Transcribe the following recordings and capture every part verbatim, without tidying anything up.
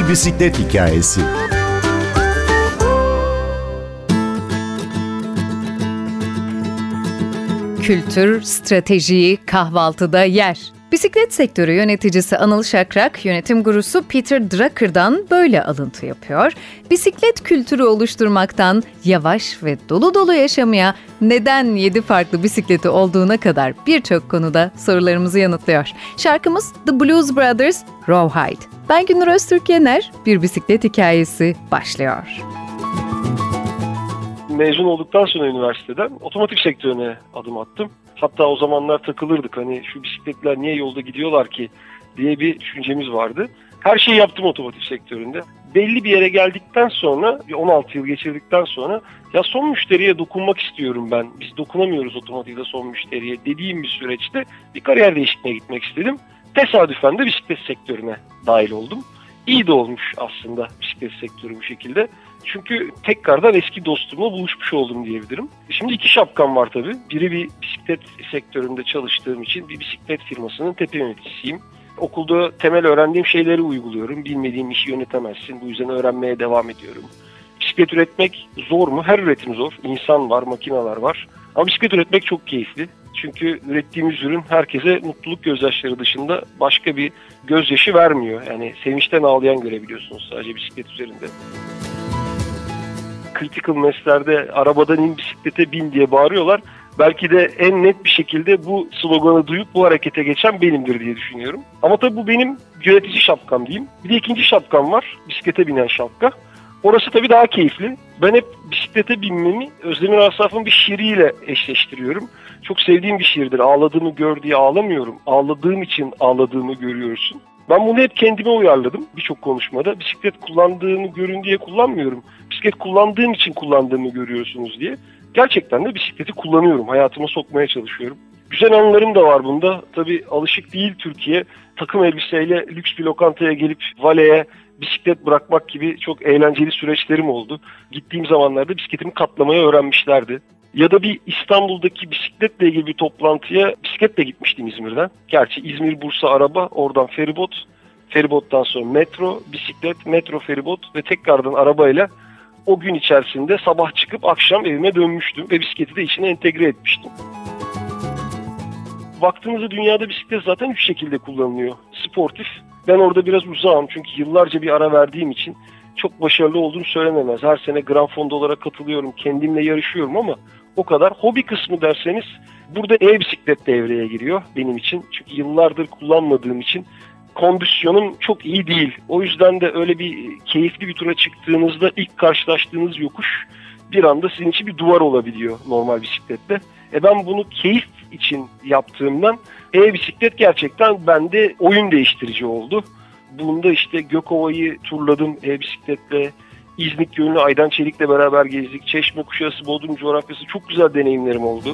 Bir bisiklet hikayesi. Kültür, stratejiyi kahvaltıda yer. Bisiklet sektörü yöneticisi Anıl Şakrak, yönetim gurusu Peter Drucker'dan böyle alıntı yapıyor. Bisiklet kültürü oluşturmaktan yavaş ve dolu dolu yaşamaya, neden yedi farklı bisikleti olduğuna kadar birçok konuda sorularımızı yanıtlıyor. Şarkımız The Blues Brothers, Rawhide. Ben Gündür Öztürk Yener, Bir Bisiklet Hikayesi başlıyor. Mezun olduktan sonra üniversiteden otomotiv sektörüne adım attım. Hatta o zamanlar takılırdık, hani şu bisikletler niye yolda gidiyorlar ki diye bir düşüncemiz vardı. Her şeyi yaptım otomotiv sektöründe. Belli bir yere geldikten sonra, bir on altı yıl geçirdikten sonra ya son müşteriye dokunmak istiyorum ben. Biz dokunamıyoruz otomotivde son müşteriye dediğim bir süreçte bir kariyer değişikliğine gitmek istedim. Tesadüfen de bisiklet sektörüne dahil oldum. İyi de olmuş aslında bisiklet sektörü bu şekilde. Çünkü tekrardan eski dostumla buluşmuş oldum diyebilirim. Şimdi iki şapkam var tabii. Biri bir bisiklet sektöründe çalıştığım için bir bisiklet firmasının tepe yöneticisiyim. Okulda temel öğrendiğim şeyleri uyguluyorum. Bilmediğim işi yönetemezsin. Bu yüzden öğrenmeye devam ediyorum. Bisiklet üretmek zor mu? Her üretim zor. İnsan var, makineler var. Ama bisiklet üretmek çok keyifli. Çünkü ürettiğimiz ürün herkese mutluluk gözyaşları dışında başka bir gözyaşı vermiyor. Yani sevinçten ağlayan görebiliyorsunuz sadece bisiklet üzerinde. Critical Mass'lerde arabadan in bisiklete bin diye bağırıyorlar. Belki de en net bir şekilde bu sloganı duyup bu harekete geçen benimdir diye düşünüyorum. Ama tabii bu benim yönetici şapkam diyeyim. Bir de ikinci şapkam var. Bisiklete binen şapka. Orası tabii daha keyifli. Ben hep bisiklete binmemi Özdemir Asaf'ın bir şiiriyle eşleştiriyorum. Çok sevdiğim bir şiirdir. Ağladığımı gör diye ağlamıyorum. Ağladığım için ağladığımı görüyorsun. Ben bunu hep kendime uyarladım birçok konuşmada. Bisiklet kullandığımı görün diye kullanmıyorum. Bisiklet kullandığım için kullandığımı görüyorsunuz diye. Gerçekten de bisikleti kullanıyorum. Hayatıma sokmaya çalışıyorum. Güzel anılarım da var bunda. Tabii alışık değil Türkiye. Takım elbiseyle lüks bir lokantaya gelip valeye bisiklet bırakmak gibi çok eğlenceli süreçlerim oldu. Gittiğim zamanlarda bisikletimi katlamayı öğrenmişlerdi. Ya da bir İstanbul'daki bisikletle ilgili bir toplantıya bisikletle gitmiştim İzmir'den. Gerçi İzmir, Bursa araba, oradan feribot. Feribottan sonra metro, bisiklet, metro, feribot ve tekrardan arabayla o gün içerisinde sabah çıkıp akşam evime dönmüştüm ve bisikleti de içine entegre etmiştim. Baktığınızda dünyada bisiklet zaten üç şekilde kullanılıyor. Sportif. Ben orada biraz uzağım çünkü yıllarca bir ara verdiğim için çok başarılı olduğunu söylenemez. Her sene Grand Fondo olarak katılıyorum, kendimle yarışıyorum ama o kadar. Hobi kısmı derseniz burada e-bisiklet devreye giriyor benim için. Çünkü yıllardır kullanmadığım için kondisyonum çok iyi değil. O yüzden de öyle bir keyifli bir tura çıktığınızda ilk karşılaştığınız yokuş bir anda sizin için bir duvar olabiliyor normal bisikletle. E ben bunu keyif için yaptığımdan e-bisiklet gerçekten bende oyun değiştirici oldu. Bunda işte Gökova'yı turladım e-bisikletle. İznik Gölü'nü Aydan Çelik'le beraber gezdik. Çeşme, Kuşadası, Bodrum coğrafyası çok güzel deneyimlerim oldu.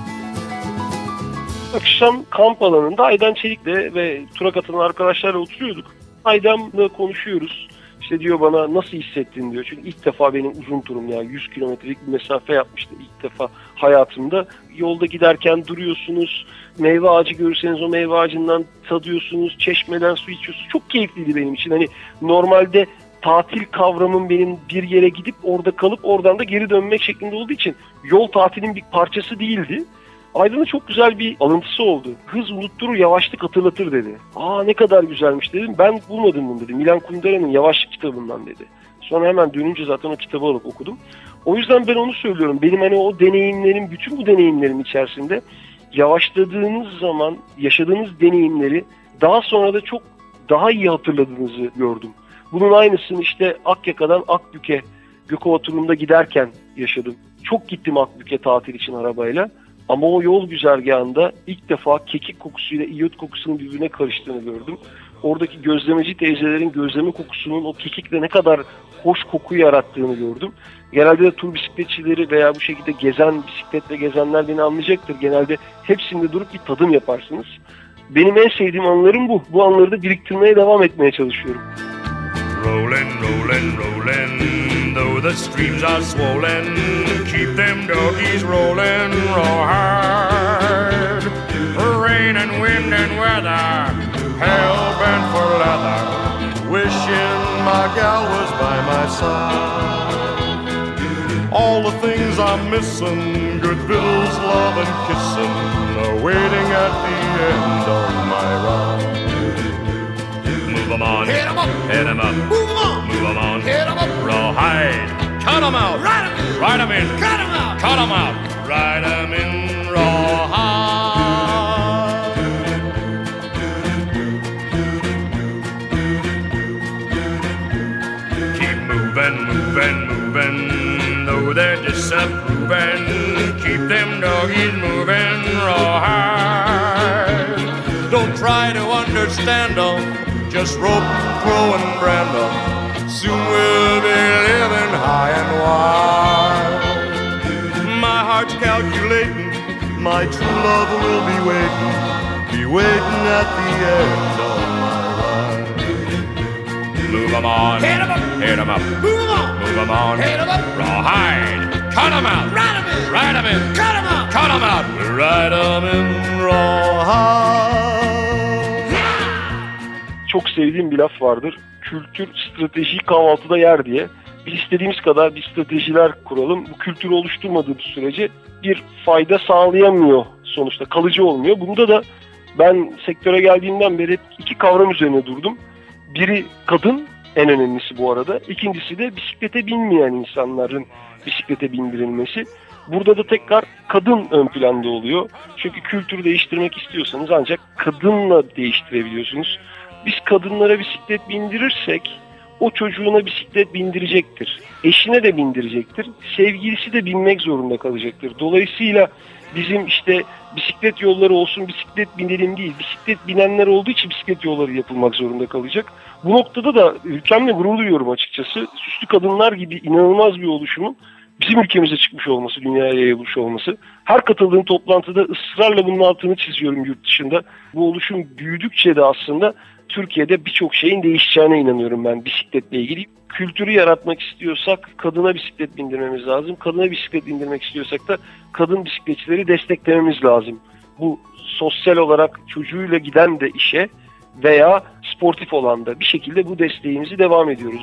Akşam kamp alanında Aydan Çelik'le ve tura katılan arkadaşlarla oturuyorduk. Aydan'la konuşuyoruz. İşte diyor bana nasıl hissettin diyor. Çünkü ilk defa benim uzun turum ya yüz kilometrelik bir mesafe yapmıştım ilk defa hayatımda. Yolda giderken duruyorsunuz. Meyve ağacı görürseniz o meyve ağacından tadıyorsunuz. Çeşmeden su içiyorsunuz. Çok keyifliydi benim için. Hani normalde tatil kavramım benim bir yere gidip orada kalıp oradan da geri dönmek şeklinde olduğu için yol tatilin bir parçası değildi. Aydan'ın çok güzel bir alıntısı oldu. Hız unutturur, yavaşlık hatırlatır dedi. Aa ne kadar güzelmiş dedim. Ben bulmadım bunu dedi. Milan Kundera'nın Yavaşlık kitabından dedi. Sonra hemen dönünce zaten o kitabı alıp okudum. O yüzden ben onu söylüyorum. Benim hani o deneyimlerim, bütün bu deneyimlerim içerisinde yavaşladığınız zaman yaşadığınız deneyimleri daha sonra da çok daha iyi hatırladığınızı gördüm. Bunun aynısını işte Akyaka'dan Akbük'e Gökova turunda giderken yaşadım. Çok gittim Akbük'e tatil için arabayla. Ama o yol güzergahında ilk defa kekik kokusuyla iyot kokusunun birbirine karıştığını gördüm. Oradaki gözlemeci teyzelerin gözleme kokusunun o kekikle ne kadar hoş koku yarattığını gördüm. Genelde de tur bisikletçileri veya bu şekilde gezen, bisikletle gezenler beni anlayacaktır. Genelde hepsinde durup bir tadım yaparsınız. Benim en sevdiğim anlarım bu. Bu anları da biriktirmeye devam etmeye çalışıyorum. Rollin', rollin', rollin', though the streams are swollen, keep them doggies rollin' raw hard. Rain and wind and weather, hell bent for leather, wishing my gal was by my side. All the things I'm missing, good victuals, love and kissing, are waiting at the end of my ride. Move 'em on, hit 'em up, hit 'em up, move 'em on, move 'em on, hit 'em up, rawhide, cut 'em out, ride 'em in, ride 'em in, cut 'em out, cut 'em out, ride 'em in, rawhide. Keep moving, moving, moving, though they're disapproving, keep them doggies moving, rawhide. Don't try to understand them, just rope, throw, and brand them. Soon we'll be living high and wide. My heart's calculating, my true love will be waiting, be waiting at the end of my ride. Move 'em on, hit 'em up, hit 'em up, move 'em on, move 'em on, hit 'em up, rawhide, cut 'em out, ride 'em in, ride 'em in, cut 'em out, cut 'em out, ride 'em in, rawhide. Çok sevdiğim bir laf vardır. Kültür stratejiyi kahvaltıda yer diye. Biz istediğimiz kadar bir stratejiler kuralım. Bu kültürü oluşturmadığı bir sürece bir fayda sağlayamıyor sonuçta. Kalıcı olmuyor. Bunda da ben sektöre geldiğimden beri hep iki kavram üzerine durdum. Biri kadın, en önemlisi bu arada. İkincisi de bisiklete binmeyen insanların bisiklete bindirilmesi. Burada da tekrar kadın ön planda oluyor. Çünkü kültürü değiştirmek istiyorsanız ancak kadınla değiştirebiliyorsunuz. Biz kadınlara bisiklet bindirirsek o çocuğuna bisiklet bindirecektir. Eşine de bindirecektir. Sevgilisi de binmek zorunda kalacaktır. Dolayısıyla bizim işte bisiklet yolları olsun, bisiklet binelim değil. Bisiklet binenler olduğu için bisiklet yolları yapılmak zorunda kalacak. Bu noktada da ülkemle gurur duyuyorum açıkçası. Süslü Kadınlar gibi inanılmaz bir oluşumun bizim ülkemize çıkmış olması, dünyaya yayılmış olması. Her katıldığım toplantıda ısrarla bunun altını çiziyorum yurt dışında. Bu oluşum büyüdükçe de aslında Türkiye'de birçok şeyin değişeceğine inanıyorum ben bisikletle ilgili. Kültürü yaratmak istiyorsak kadına bisiklet bindirmemiz lazım. Kadına bisiklet bindirmek istiyorsak da kadın bisikletçileri desteklememiz lazım. Bu sosyal olarak çocuğuyla giden de işe veya sportif olan da bir şekilde bu desteğimizi devam ediyoruz.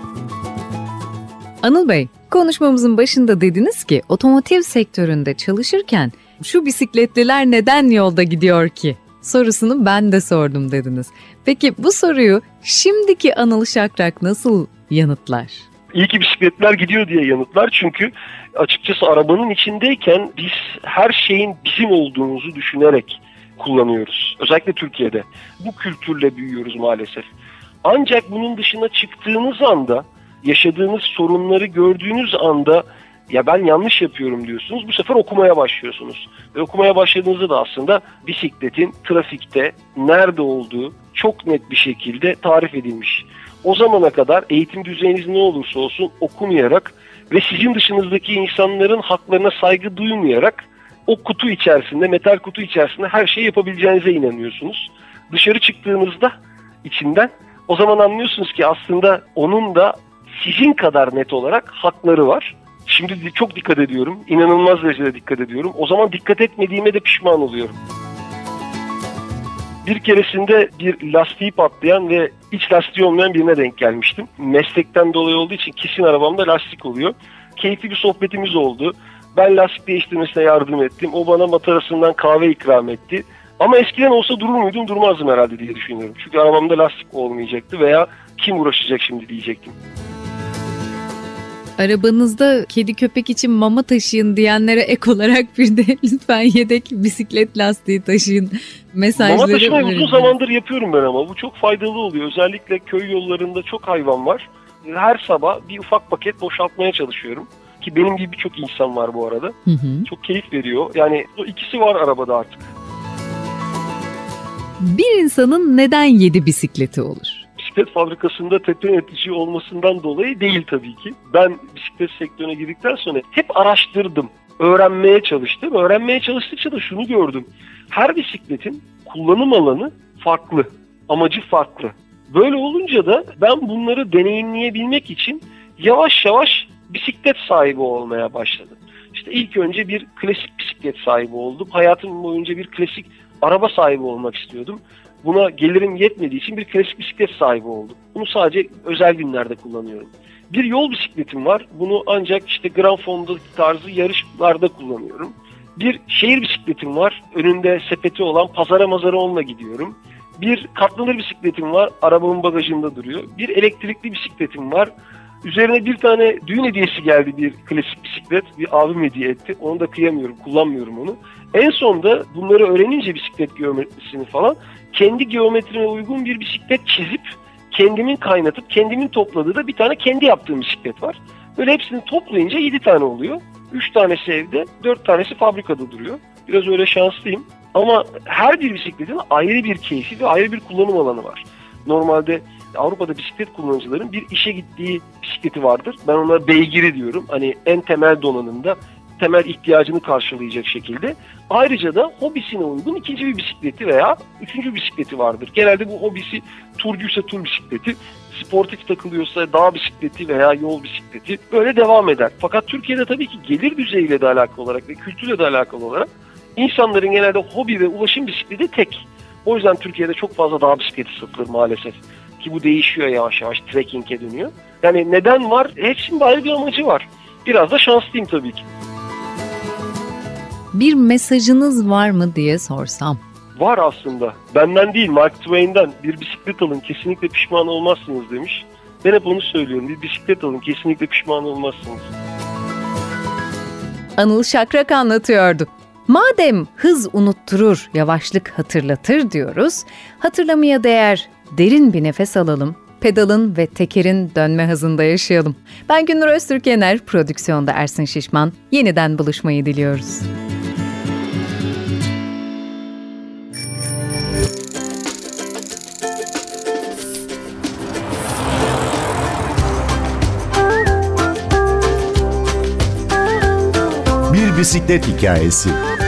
Anıl Bey, konuşmamızın başında dediniz ki otomotiv sektöründe çalışırken şu bisikletliler neden yolda gidiyor ki sorusunu ben de sordum dediniz. Peki bu soruyu şimdiki Anıl Şakrak nasıl yanıtlar? İyi ki bisikletler gidiyor diye yanıtlar. Çünkü açıkçası arabanın içindeyken biz her şeyin bizim olduğumuzu düşünerek kullanıyoruz. Özellikle Türkiye'de. Bu kültürle büyüyoruz maalesef. Ancak bunun dışına çıktığınız anda, yaşadığınız sorunları gördüğünüz anda ya ben yanlış yapıyorum diyorsunuz. Bu sefer okumaya başlıyorsunuz. Ve okumaya başladığınızda da aslında bisikletin trafikte nerede olduğu çok net bir şekilde tarif edilmiş. O zamana kadar eğitim düzeyiniz ne olursa olsun okumayarak ve sizin dışınızdaki insanların haklarına saygı duymayarak o kutu içerisinde, metal kutu içerisinde her şeyi yapabileceğinize inanıyorsunuz. Dışarı çıktığınızda içinden o zaman anlıyorsunuz ki aslında onun da sizin kadar net olarak hakları var. Şimdi çok dikkat ediyorum. İnanılmaz derecede dikkat ediyorum. O zaman dikkat etmediğime de pişman oluyorum. Bir keresinde bir lastiği patlayan ve iç lastiği olmayan birine denk gelmiştim. Meslekten dolayı olduğu için kesin arabamda lastik oluyor. Keyifli bir sohbetimiz oldu. Ben lastik değiştirmesine yardım ettim. O bana matarasından kahve ikram etti. Ama eskiden olsa durur muydum, durmazdım herhalde diye düşünüyorum. Çünkü arabamda lastik olmayacaktı veya kim uğraşacak şimdi diyecektim. Arabanızda kedi köpek için mama taşıyın diyenlere ek olarak bir de lütfen yedek bisiklet lastiği taşıyın mesajları. Mama taşımayı verin. uzun zamandır yapıyorum ben ama bu çok faydalı oluyor. Özellikle köy yollarında çok hayvan var. Her sabah bir ufak paket boşaltmaya çalışıyorum. Ki benim gibi birçok insan var bu arada. Hı hı. Çok keyif veriyor. Yani o ikisi var arabada artık. Bir insanın neden yedi bisikleti olur? Bisiklet fabrikasında tepe yönetici olmasından dolayı değil tabii ki. Ben bisiklet sektörüne girdikten sonra hep araştırdım. Öğrenmeye çalıştım. Öğrenmeye çalıştıkça da şunu gördüm. Her bisikletin kullanım alanı farklı. Amacı farklı. Böyle olunca da ben bunları deneyimleyebilmek için yavaş yavaş bisiklet sahibi olmaya başladım. İşte ilk önce bir klasik bisiklet sahibi oldum. Hayatım boyunca bir klasik araba sahibi olmak istiyordum. buna gelirim yetmediği için bir klasik bisiklet sahibi oldum. Bunu sadece özel günlerde kullanıyorum. Bir yol bisikletim var. Bunu ancak işte Grand Fondo tarzı yarışlarda kullanıyorum. Bir şehir bisikletim var. Önünde sepeti olan, pazara mazara onunla gidiyorum. Bir katlanır bisikletim var. Arabamın bagajında duruyor. Bir elektrikli bisikletim var. Üzerine bir tane düğün hediyesi geldi, bir klasik bisiklet. Bir abim hediye etti. Onu da kıyamıyorum, kullanmıyorum onu. En sonda bunları öğrenince bisiklet geometrisini falan, kendi geometrime uygun bir bisiklet çizip kendimin kaynatıp kendimin topladığı da bir tane kendi yaptığım bisiklet var. Böyle hepsini toplayınca yedi tane oluyor. üç tanesi evde, dört tanesi fabrikada duruyor. Biraz öyle şanslıyım. Ama her bir bisikletin ayrı bir keyfi ve ayrı bir kullanım alanı var. Normalde Avrupa'da bisiklet kullanıcıların bir işe gittiği bisikleti vardır. Ben ona beygiri diyorum. Hani en temel donanımda temel ihtiyacını karşılayacak şekilde. Ayrıca da hobisine uygun ikinci bir bisikleti veya üçüncü bisikleti vardır. Genelde bu hobisi turcuysa tur bisikleti, sportif takılıyorsa dağ bisikleti veya yol bisikleti böyle devam eder. Fakat Türkiye'de tabii ki gelir düzeyiyle de alakalı olarak ve kültürle de alakalı olarak insanların genelde hobi ve ulaşım bisikleti tek. O yüzden Türkiye'de çok fazla dağ bisikleti satılır maalesef. Ki bu değişiyor yavaş yavaş, trekking'e dönüyor. Yani neden var? Hepsinin ayrı bir amacı var. Biraz da şanslıyım tabii ki. Bir mesajınız var mı diye sorsam? Var aslında. Benden değil, Mark Twain'den. Bir bisiklet alın, kesinlikle pişman olmazsınız demiş. Ben hep onu söylüyorum. Bir bisiklet alın, kesinlikle pişman olmazsınız. Anıl Şakrak anlatıyordu. Madem hız unutturur, yavaşlık hatırlatır diyoruz, hatırlamaya değer derin bir nefes alalım, pedalın ve tekerin dönme hızında yaşayalım. Ben Gündür Öztürk Yener, prodüksiyonda Ersin Şişman. Yeniden buluşmayı diliyoruz. Bir bisiklet hikayesi.